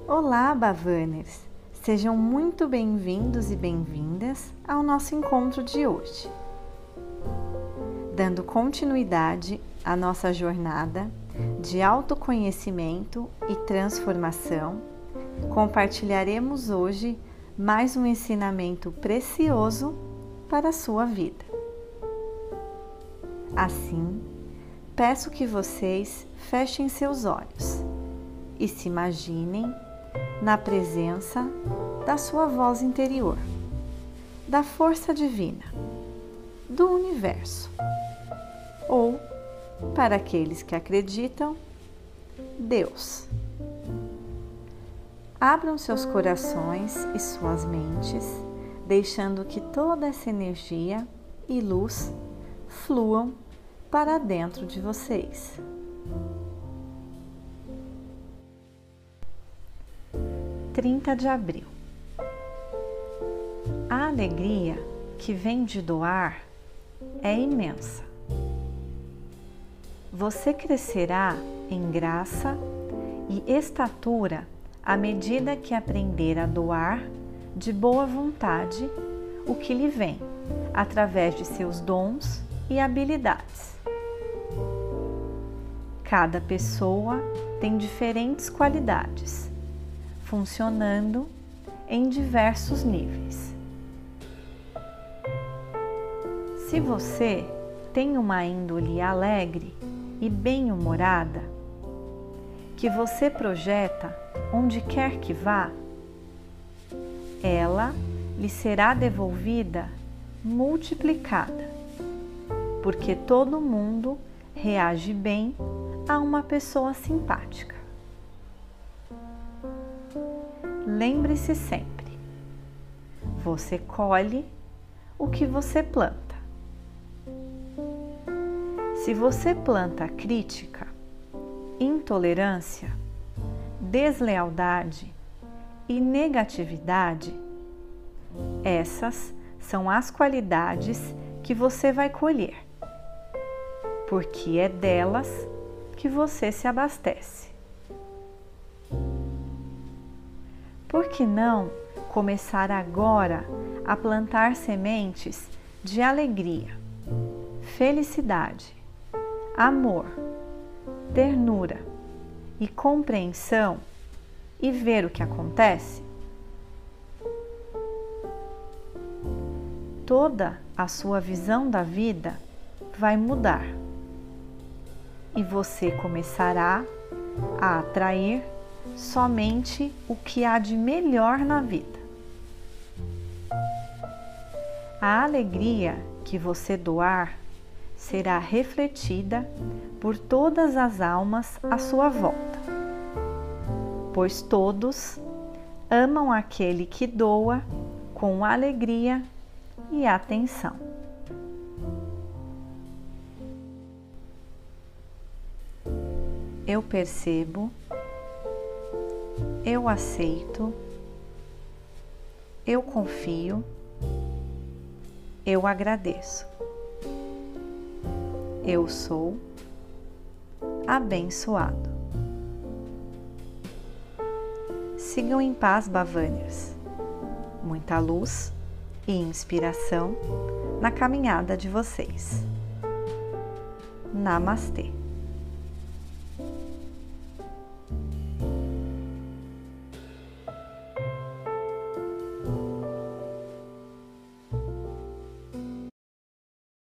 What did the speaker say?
Olá, Bavaners! Sejam muito bem-vindos e bem-vindas ao nosso encontro de hoje. Dando continuidade à nossa jornada de autoconhecimento e transformação, compartilharemos hoje mais um ensinamento precioso para a sua vida. Assim, peço que vocês fechem seus olhos e se imaginem na presença da sua voz interior, da força divina, do universo, ou, para aqueles que acreditam, Deus. Abram seus corações e suas mentes, deixando que toda essa energia e luz fluam para dentro de vocês. De abril. A alegria que vem de doar é imensa. Você crescerá em graça e estatura à medida que aprender a doar de boa vontade o que lhe vem, através de seus dons e habilidades. Cada pessoa tem diferentes qualidades, funcionando em diversos níveis. Se você tem uma índole alegre e bem-humorada, que você projeta onde quer que vá, ela lhe será devolvida multiplicada, porque todo mundo reage bem a uma pessoa simpática. Lembre-se sempre, você colhe o que você planta. Se você planta crítica, intolerância, deslealdade e negatividade, essas são as qualidades que você vai colher, porque é delas que você se abastece. Por que não começar agora a plantar sementes de alegria, felicidade, amor, ternura e compreensão e ver o que acontece? Toda a sua visão da vida vai mudar e você começará a atrair somente o que há de melhor na vida. A alegria que você doar será refletida por todas as almas à sua volta, pois todos amam aquele que doa com alegria e atenção. Eu percebo, eu aceito, eu confio, eu agradeço. Eu sou abençoado. Sigam em paz, Bavaners. Muita luz e inspiração na caminhada de vocês. Namastê.